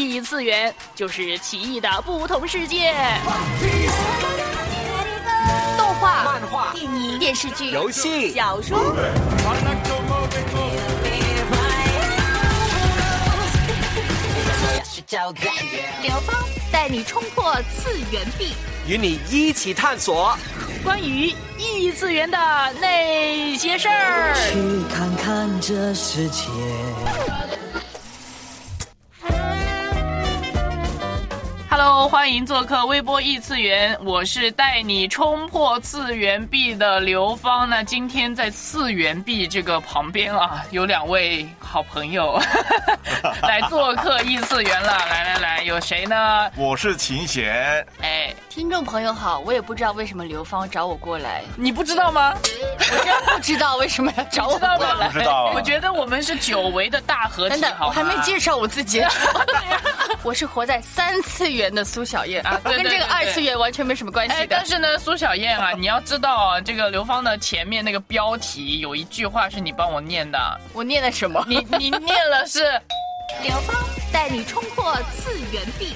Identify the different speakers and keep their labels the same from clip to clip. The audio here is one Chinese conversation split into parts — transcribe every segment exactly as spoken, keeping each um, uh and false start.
Speaker 1: 异次元，就是奇异的不同世界。动画、
Speaker 2: 漫画、
Speaker 1: 电影、电视剧、
Speaker 2: 游戏、
Speaker 1: 小说。刘芳带你冲破次元壁，
Speaker 2: 与你一起探索
Speaker 1: 关于异次元的那些事儿。
Speaker 3: 去看看这世界。
Speaker 1: Hello， 欢迎做客微波异次元，我是带你冲破次元壁的刘芳。那今天在次元壁这个旁边啊，有两位好朋友来做客异次元了。来来来，有谁呢？
Speaker 4: 我是秦贤。
Speaker 1: 哎，
Speaker 5: 听众朋友好，我也不知道为什么刘芳找我过来，
Speaker 1: 你不知道吗？
Speaker 5: 我真不知道为什么要找我过来。
Speaker 4: 不知道啊。
Speaker 1: 我觉得我们是久违的大合体。
Speaker 5: 等等，我还没介绍我自己。我是活在三次元的苏小燕啊，我跟这个二次元完全没什么关系的。
Speaker 1: 哎、但是呢，苏小燕啊，你要知道啊，这个刘芳的前面那个标题有一句话是你帮我念的。
Speaker 5: 我念的什么？
Speaker 1: 你你念了是
Speaker 5: 刘芳带你冲破次元壁。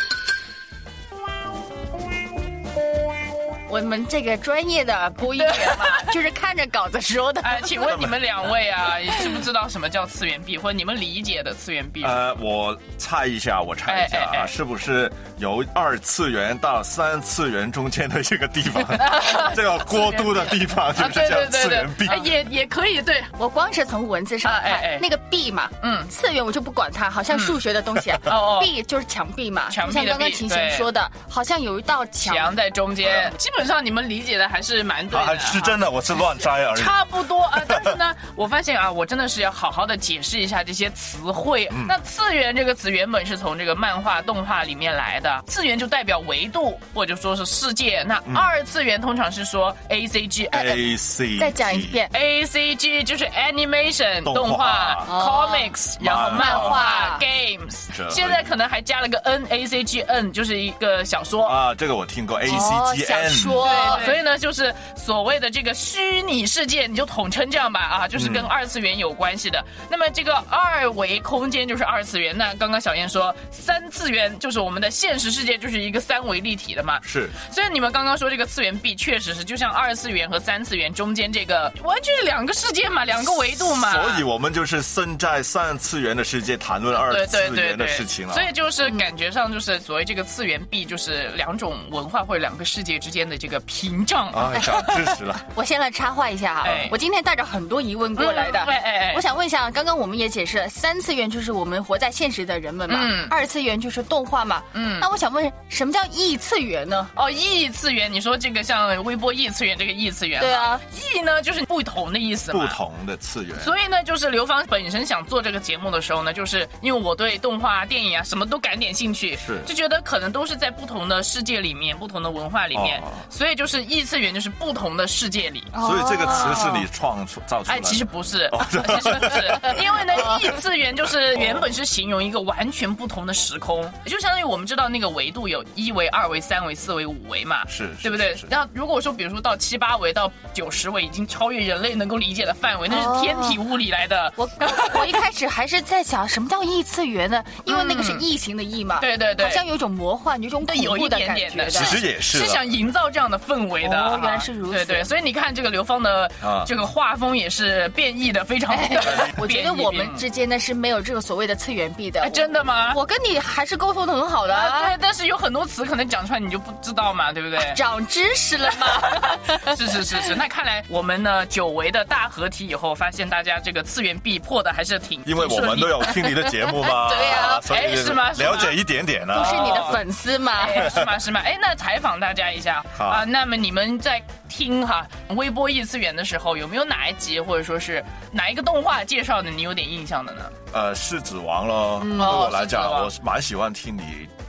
Speaker 5: 我们这个专业的播音员嘛，就是看着稿子说的。
Speaker 1: 哎，请问你们两位啊，知不知道什么叫次元壁，或者你们理解的次元壁？
Speaker 4: 呃，我猜一下，我猜一下啊，哎哎哎是不是由二次元到三次元中间的这个地方，这个过渡的地方就是叫次元壁？
Speaker 1: 啊、对对对对哎、也也可以，对。
Speaker 5: 我光是从文字上看，啊哎哎那个壁嘛，嗯，次元我就不管它，好像数学的东西啊。哦、嗯、壁就是墙壁嘛，
Speaker 1: 墙壁的壁。
Speaker 5: 像刚刚秦贤说的，好像有一道墙
Speaker 1: 墙在中间。基本上你们理解的还是蛮对的、啊，
Speaker 4: 是真的，我是乱摘而已。
Speaker 1: 差不多啊，但是呢，我发现啊，我真的是要好好的解释一下这些词汇。嗯、那次元这个词原本是从这个漫画、动画里面来的，次元就代表维度或者说是世界。那二次元通常是说 A C G，A
Speaker 4: C G，
Speaker 5: 再讲一遍
Speaker 1: ，A C G 就是 animation 动画、哦、，comics， 然后漫画 ，games， 现在可能还加了个 N，A C G N 就是一个小说
Speaker 4: 啊，这个我听过 A C G N，、
Speaker 5: 哦、小说。
Speaker 1: 对，所以呢，就是所谓的这个虚拟世界，你就统称这样吧啊，就是跟二次元有关系的。嗯、那么这个二维空间就是二次元。那刚刚小燕说三次元就是我们的现实世界，就是一个三维立体的嘛。
Speaker 4: 是。
Speaker 1: 所以你们刚刚说这个次元壁确实是，就像二次元和三次元中间这个完全是两个世界嘛，两个维度嘛。
Speaker 4: 所以我们就是身在三次元的世界谈论二次元的事情了。
Speaker 1: 所以就是感觉上就是所谓这个次元壁，就是两种文化或者两个世界之间的这个屏障
Speaker 4: 啊，长知识了。
Speaker 5: 我先来插话一下哈，哎、我今天带着很多疑问过来的。
Speaker 1: 嗯、哎哎
Speaker 5: 我想问一下，刚刚我们也解释了，三次元就是我们活在现实的人们嘛，嗯、二次元就是动画嘛，嗯，那我想问，什么叫异次元呢？
Speaker 1: 哦，异次元，你说这个像微波异次元这个异次元，
Speaker 5: 对啊，
Speaker 1: 异呢就是不同的意思嘛，
Speaker 4: 不同的次元。
Speaker 1: 所以呢，就是刘芳本身想做这个节目的时候呢，就是因为我对动画、电影啊什么都感点兴趣，
Speaker 4: 是
Speaker 1: 就觉得可能都是在不同的世界里面、不同的文化里面，哦、所以就是异次元就是不同的世界里。
Speaker 4: 所以这个词是你创造出来的？
Speaker 1: 哎，其实不是，哦、其实不是，因为呢，异次元就是原本是形容一个完全不同的时空，就相当于我们知道那个维度有一维、二维、三维、四维、五维嘛，
Speaker 4: 是，
Speaker 1: 对不对？那如果说比如说到七八维到九十维，已经超越人类能够理解的范围，那是天体物理来的。
Speaker 5: 我我一开始还是在想什么叫异次元呢？因为那个是异形的异嘛，
Speaker 1: 对对对，
Speaker 5: 好像有一种魔幻、有一种恐怖的感觉的。
Speaker 4: 其实也是，
Speaker 1: 是想营造这样的氛围的。
Speaker 5: 哦，原来是如此。
Speaker 1: 对对，所以你看这个刘芳的这个画风也是变异的，非常。
Speaker 5: 我觉得我们之间呢是没有这个所谓的次元壁的。
Speaker 1: 真的吗？
Speaker 5: 我跟你还是沟通的很好的。
Speaker 1: 对，但是有很多词可能讲出来你就不知道嘛，对不对？
Speaker 5: 长知识了嘛。
Speaker 1: 是是是是，那看来我们呢久违的大合体以后，发现大家这个次元壁破的还是挺，
Speaker 4: 因为我们都有听你的节目嘛。
Speaker 1: 对呀，哎，是吗？
Speaker 4: 了解一点点啊，
Speaker 5: 都是你的粉丝嘛。
Speaker 1: 哎，是吗？是吗？哎，那采访大家一下啊，那么你们在听哈微波异次元的时候，有没有哪一集或者说是哪一个动画介绍的你有点印象的呢？
Speaker 4: 呃，狮子王咯，嗯、对我来讲，我蛮喜欢听你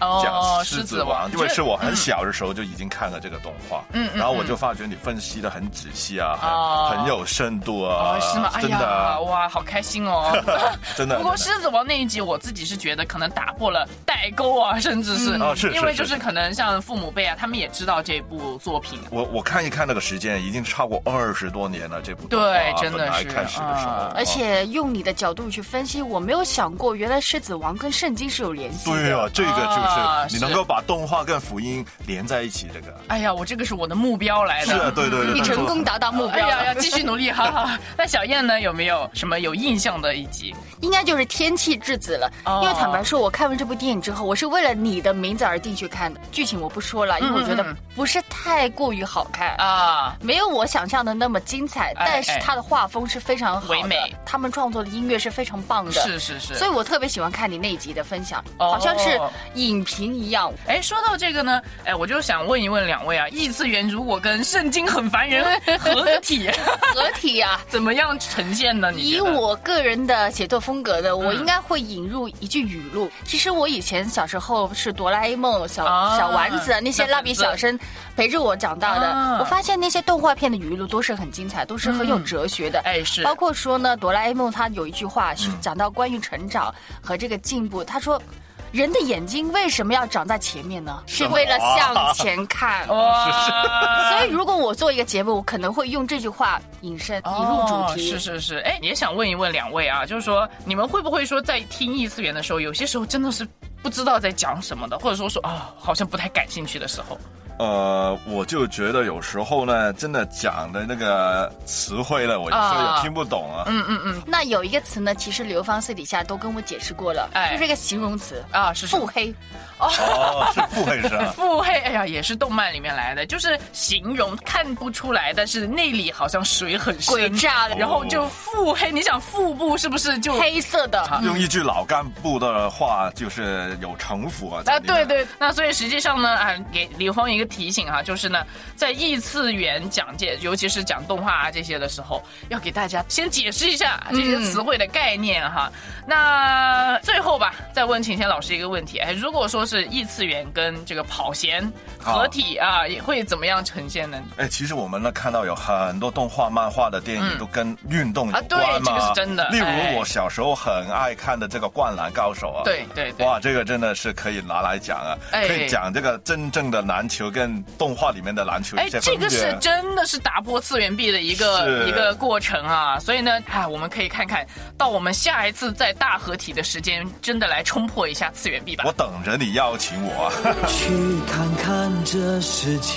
Speaker 4: 讲狮子王，因为是我很小的时候就已经看了这个动画，嗯，然后我就发觉你分析的很仔细啊，很很有深度啊，
Speaker 1: 是吗？
Speaker 4: 真的，
Speaker 1: 哇，好开心哦，
Speaker 4: 真的。
Speaker 1: 不过狮子王那一集我自己是觉得可能打破了代沟啊，甚至是，
Speaker 4: 哦，是，
Speaker 1: 因为就是可能像父母辈啊，他们也知道这部作品。
Speaker 4: 我我看一看那个时间，已经超过二十多年了，这部
Speaker 1: 对，真的是
Speaker 4: 开始的时候，
Speaker 5: 而且用你的角度去分析，我没有想过原来狮子王跟圣经是有联系的。
Speaker 4: 对啊，这个就是你能够把动画跟福音连在一起，这个。
Speaker 1: 哎呀，我这个是我的目标来的。
Speaker 4: 是啊，对对对，
Speaker 5: 你成功达到目标。
Speaker 1: 哎呀，要继续努力，哈哈。那小燕呢，有没有什么有印象的一集？
Speaker 5: 应该就是天气之子了，哦、因为坦白说，我看完这部电影之后，我是为了你的名字而定去看的。剧情我不说了，因为我觉得不是太过于好看啊，没有我想象的那么精彩，哎、但是它的画风是非常好的，
Speaker 1: 唯美。
Speaker 5: 他们创作的音乐是非常棒的，
Speaker 1: 是是是。
Speaker 5: 所以我特别喜欢看你那一集的分享，哦、好像是影评一样。
Speaker 1: 哎，说到这个呢，哎，我就想问一问两位啊，异次元如果跟圣经很烦人合体，
Speaker 5: 合体啊，
Speaker 1: 怎么样呈现呢？你
Speaker 5: 以我个人的写作风格的，我应该会引入一句语录。嗯、其实我以前小时候是哆啦 A 梦、小、啊、小丸子那些蜡笔小新陪着我长大的，啊、我发现那些动画片的语录都是很精彩，都是很有哲学的。
Speaker 1: 嗯、哎，是。
Speaker 5: 包括说呢，哆啦 A 梦它有一句话是讲到关于成长和这个进步，他说。人的眼睛为什么要长在前面呢？是为了向前看。哇！所以如果我做一个节目，我可能会用这句话引申、哦、引入主题。
Speaker 1: 是是是，哎，也想问一问两位啊，就是说你们会不会说在听异次元的时候，有些时候真的是不知道在讲什么的，或者说说啊、哦，好像不太感兴趣的时候？
Speaker 4: 呃，我就觉得有时候呢，真的讲的那个词汇呢，我有时候也听不懂啊。
Speaker 5: 嗯嗯嗯。那有一个词呢，其实刘芳私底下都跟我解释过了，哎、就是一个形容词
Speaker 1: 啊，是
Speaker 5: 腹黑。
Speaker 4: 哦，是腹黑是吧？
Speaker 1: 腹黑，哎呀，也是动漫里面来的，就是形容看不出来，但是内里好像水很深，
Speaker 5: 诡诈的，
Speaker 1: 然后就腹黑。你想腹部是不是就
Speaker 5: 黑色的？
Speaker 4: 嗯、用一句老干部的话，就是有城府啊。
Speaker 1: 啊，对对。那所以实际上呢，啊，给刘芳一个提醒啊，就是呢，在异次元讲解，尤其是讲动画啊这些的时候，要给大家先解释一下这些词汇的概念哈。嗯、那最后吧，再问晴天老师一个问题，哎，如果说是异次元跟这个跑弦合体啊，也会怎么样呈现呢？
Speaker 4: 哎，其实我们呢看到有很多动画、漫画的电影都跟运动有关嘛，
Speaker 1: 啊、对，这个是真的。
Speaker 4: 例如我小时候很爱看的这个《灌篮高手》啊，
Speaker 1: 对对对，
Speaker 4: 哇，这个真的是可以拿来讲啊，哎、可以讲这个真正的篮球跟动画里面的篮球一些分别。
Speaker 1: 哎，这个是真的是打破次元壁的一个一个过程啊，所以呢，啊，我们可以看看到我们下一次在大合体的时间，真的来冲破一下次元壁吧。
Speaker 4: 我等着你邀请我啊。
Speaker 3: 去看看这世界，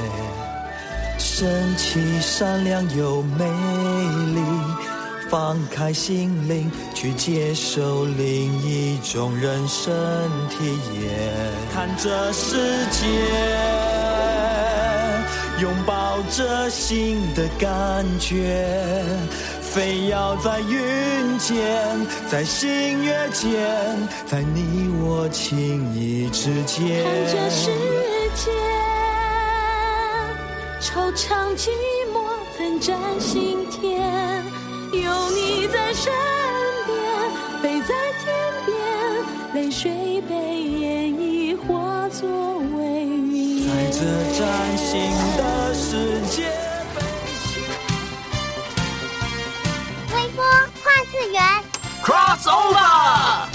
Speaker 3: 神奇善良又美丽，放开心灵去接受另一种人生体验，看这世界，拥抱着新的感觉，非要在云间，在星月间，在你我情谊之间，
Speaker 6: 看这世界，惆怅寂寞奋战心田，有你在身边，飞在天边，泪水被演绎化作为谜，
Speaker 3: 在这崭新的世界
Speaker 7: 微波跨次元
Speaker 1: Crossover。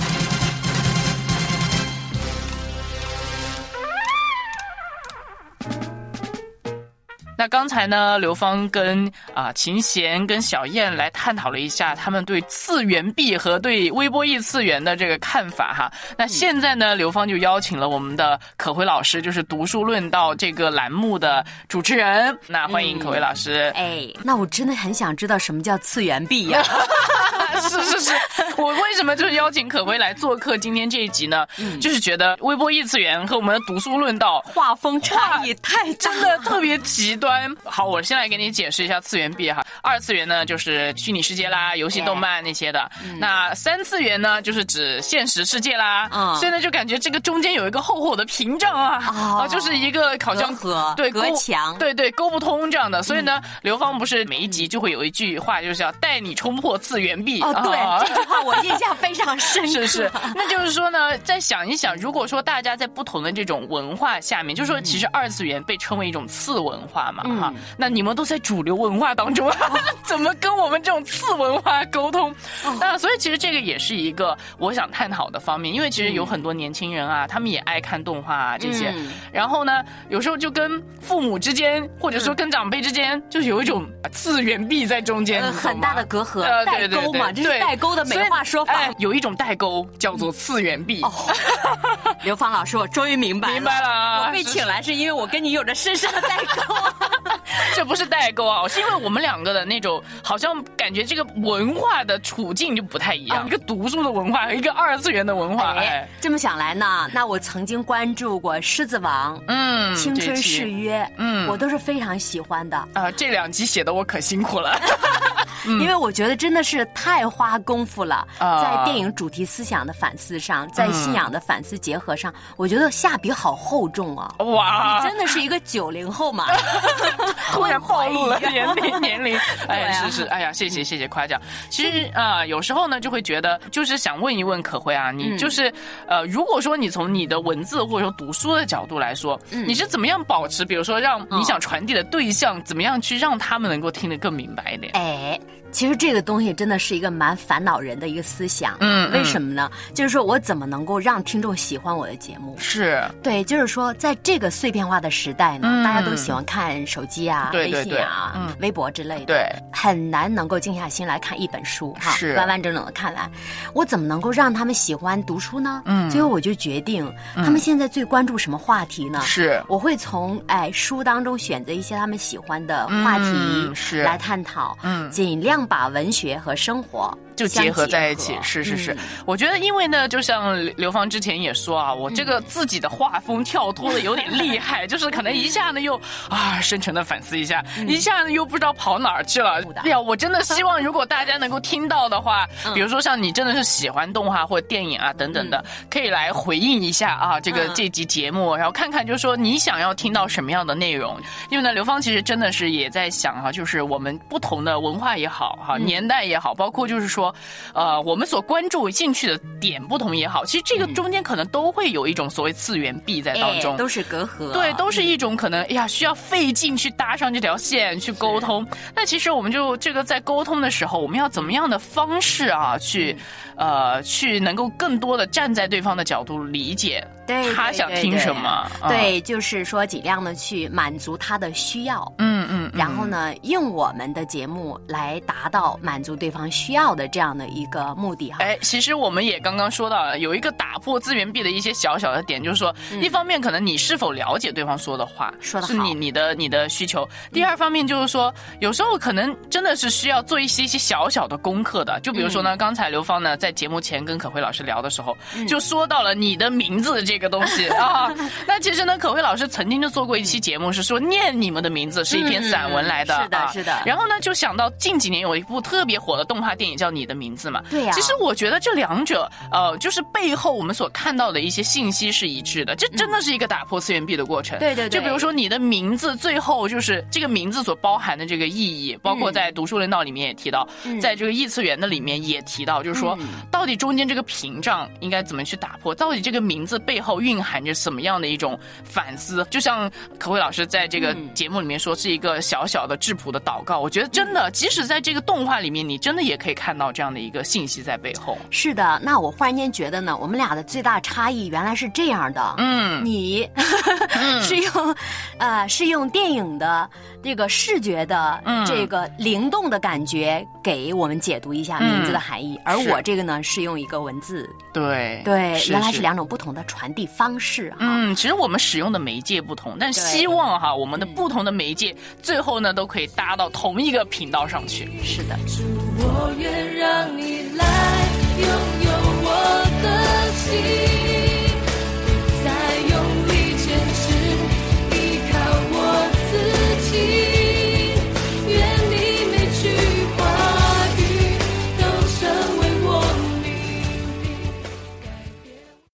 Speaker 1: 那刚才呢，刘芳跟啊、呃、秦贤跟小燕来探讨了一下他们对次元壁和对微波异次元的这个看法哈。那现在呢，刘芳就邀请了我们的可辉老师，就是读书论道这个栏目的主持人。那欢迎可辉老师。
Speaker 8: 嗯、哎，那我真的很想知道什么叫次元壁呀、
Speaker 1: 啊？是是是，我为什么就是邀请可辉来做客今天这一集呢？嗯、就是觉得微波异次元和我们的读书论道
Speaker 8: 画风差异太大，
Speaker 1: 真的特别极端。好，我先来给你解释一下次元壁哈。二次元呢就是虚拟世界啦、游戏、动漫那些的。嗯、那三次元呢就是指现实世界啦。嗯、所以呢就感觉这个中间有一个厚厚的屏障啊，哦、啊就是一个好像
Speaker 8: 隔
Speaker 1: 对
Speaker 8: 隔墙，
Speaker 1: 对对沟不通这样的。所以呢，嗯、刘芳不是每一集就会有一句话，就是要带你冲破次元壁。
Speaker 8: 哦，对，啊、这句话我印象象非常深刻。
Speaker 1: 是是，那就是说呢，再想一想，如果说大家在不同的这种文化下面，就是说其实二次元被称为一种次文化嘛，哈、嗯，那你们都在主流文化当中，怎么跟我们这种次文化沟通？那、哦、所以其实这个也是一个我想探讨的方面，因为其实有很多年轻人啊，他们也爱看动画啊这些，嗯、然后呢，有时候就跟父母之间，或者说跟长辈之间，就有一种次元壁在中间，
Speaker 8: 呃、很大的隔阂，
Speaker 1: 呃、
Speaker 8: 代沟嘛，这是代沟的美化说法。
Speaker 1: 哎、有一种代沟叫做次元壁。哦、
Speaker 8: 刘芳老师，我终于明白了，
Speaker 1: 明白了啊！
Speaker 8: 我被请来是因为我跟你有着深深的代沟。
Speaker 1: 这不是代沟啊，是因为我们两个的那种好像感觉这个文化的处境就不太一样，啊、一个读书的文化和一个二次元的文化。哎，哎
Speaker 8: 这么想来呢，那我曾经关注过《狮子王》、嗯，《青春誓约》，嗯，我都是非常喜欢的。啊、
Speaker 1: 呃，这两集写的我可辛苦了。
Speaker 8: 因为我觉得真的是太花功夫了，嗯、在电影主题思想的反思上，在信仰的反思结合上，嗯、我觉得下笔好厚重啊！哇，你真的是一个九零后嘛？
Speaker 1: 突然暴露了年龄年龄，哎，啊、是是，哎呀，谢谢谢谢夸奖。其实啊、呃，有时候呢，就会觉得，就是想问一问可辉啊，你就是、嗯、呃，如果说你从你的文字或者说读书的角度来说，嗯、你是怎么样保持，比如说让你想传递的对象，嗯、怎么样去让他们能够听得更明白一点？
Speaker 8: 哎。其实这个东西真的是一个蛮烦恼人的一个思想，嗯，为什么呢？就是说我怎么能够让听众喜欢我的节目？
Speaker 1: 是
Speaker 8: 对，就是说在这个碎片化的时代呢，嗯、大家都喜欢看手机啊、
Speaker 1: 对对对
Speaker 8: 微信啊、嗯、微博之类的，
Speaker 1: 对，
Speaker 8: 很难能够静下心来看一本书哈，
Speaker 1: 是
Speaker 8: 完完整整的看来。我怎么能够让他们喜欢读书呢？嗯，最后我就决定，嗯、他们现在最关注什么话题呢？
Speaker 1: 是
Speaker 8: 我会从哎书当中选择一些他们喜欢的话题，
Speaker 1: 嗯、是
Speaker 8: 来探讨，嗯，尽量把文学和生活
Speaker 1: 就结合在一起，是是是、嗯。我觉得，因为呢，就像刘芳之前也说啊，我这个自己的画风跳脱的有点厉害，嗯、就是可能一下呢又啊深沉的反思一下，嗯、一下呢又不知道跑哪儿去了。哎呀，我真的希望如果大家能够听到的话，嗯、比如说像你真的是喜欢动画或者电影啊等等的，嗯、可以来回应一下啊这个、嗯、这集节目，然后看看就是说你想要听到什么样的内容。因为呢，刘芳其实真的是也在想啊，就是我们不同的文化也好哈、嗯，年代也好，包括就是说。呃，我们所关注兴趣的点不同也好，其实这个中间可能都会有一种所谓次元壁在当中，
Speaker 8: 哎、都是隔阂，
Speaker 1: 对，都是一种可能，哎呀，需要费劲去搭上这条线去沟通。那其实我们就这个在沟通的时候，我们要怎么样的方式啊，去呃，去能够更多的站在对方的角度理解。
Speaker 8: 对，
Speaker 1: 他想听什么？
Speaker 8: 对，对对就是说尽量的去满足他的需要。
Speaker 1: 嗯嗯。
Speaker 8: 然后呢，用我们的节目来达到满足对方需要的这样的一个目的哈。
Speaker 1: 哎，其实我们也刚刚说到了，有一个打破资源壁的一些小小的点，就是说，嗯、一方面可能你是否了解对方说的话，
Speaker 8: 说的好，
Speaker 1: 是你你的你的需求；第二方面就是说，有时候可能真的是需要做一些一些小小的功课的。就比如说呢，嗯、刚才刘芳呢在节目前跟可辉老师聊的时候，嗯、就说到了你的名字这个东西啊。那其实呢，可辉老师曾经就做过一期节目，是说念你们的名字是一篇散文来的，
Speaker 8: 嗯、是的，是的、啊。
Speaker 1: 然后呢，就想到近几年有一部特别火的动画电影叫《你的名字》嘛，
Speaker 8: 对呀、啊。
Speaker 1: 其实我觉得这两者，呃，就是背后我们所看到的一些信息是一致的，这真的是一个打破次元壁的过程。
Speaker 8: 对对对。
Speaker 1: 就比如说你的名字，最后就是这个名字所包含的这个意义，包括在读书人道里面也提到，嗯、在这个异次元的里面也提到，就是说、嗯、到底中间这个屏障应该怎么去打破？到底这个名字背后蕴含着什么样的一种反思？就像可辉老师在这个节目里面说，是一个小小的质朴的祷告。我觉得真的，即使在这个动画里面，你真的也可以看到这样的一个信息在背后。
Speaker 8: 是的，那我忽然间觉得呢，我们俩的最大差异原来是这样的。嗯，你嗯是用呃是用电影的这个视觉的、嗯、这个灵动的感觉给我们解读一下名字的含义，嗯、而我这个呢是用一个文字。
Speaker 1: 对
Speaker 8: 对，原来是两种不同的传递方式哈。
Speaker 1: 嗯，其实我们使用的媒介不同，但希望哈我们的不同的媒介、嗯、最后呢都可以搭到同一个频道上去。
Speaker 8: 是的。
Speaker 6: 我愿让你来拥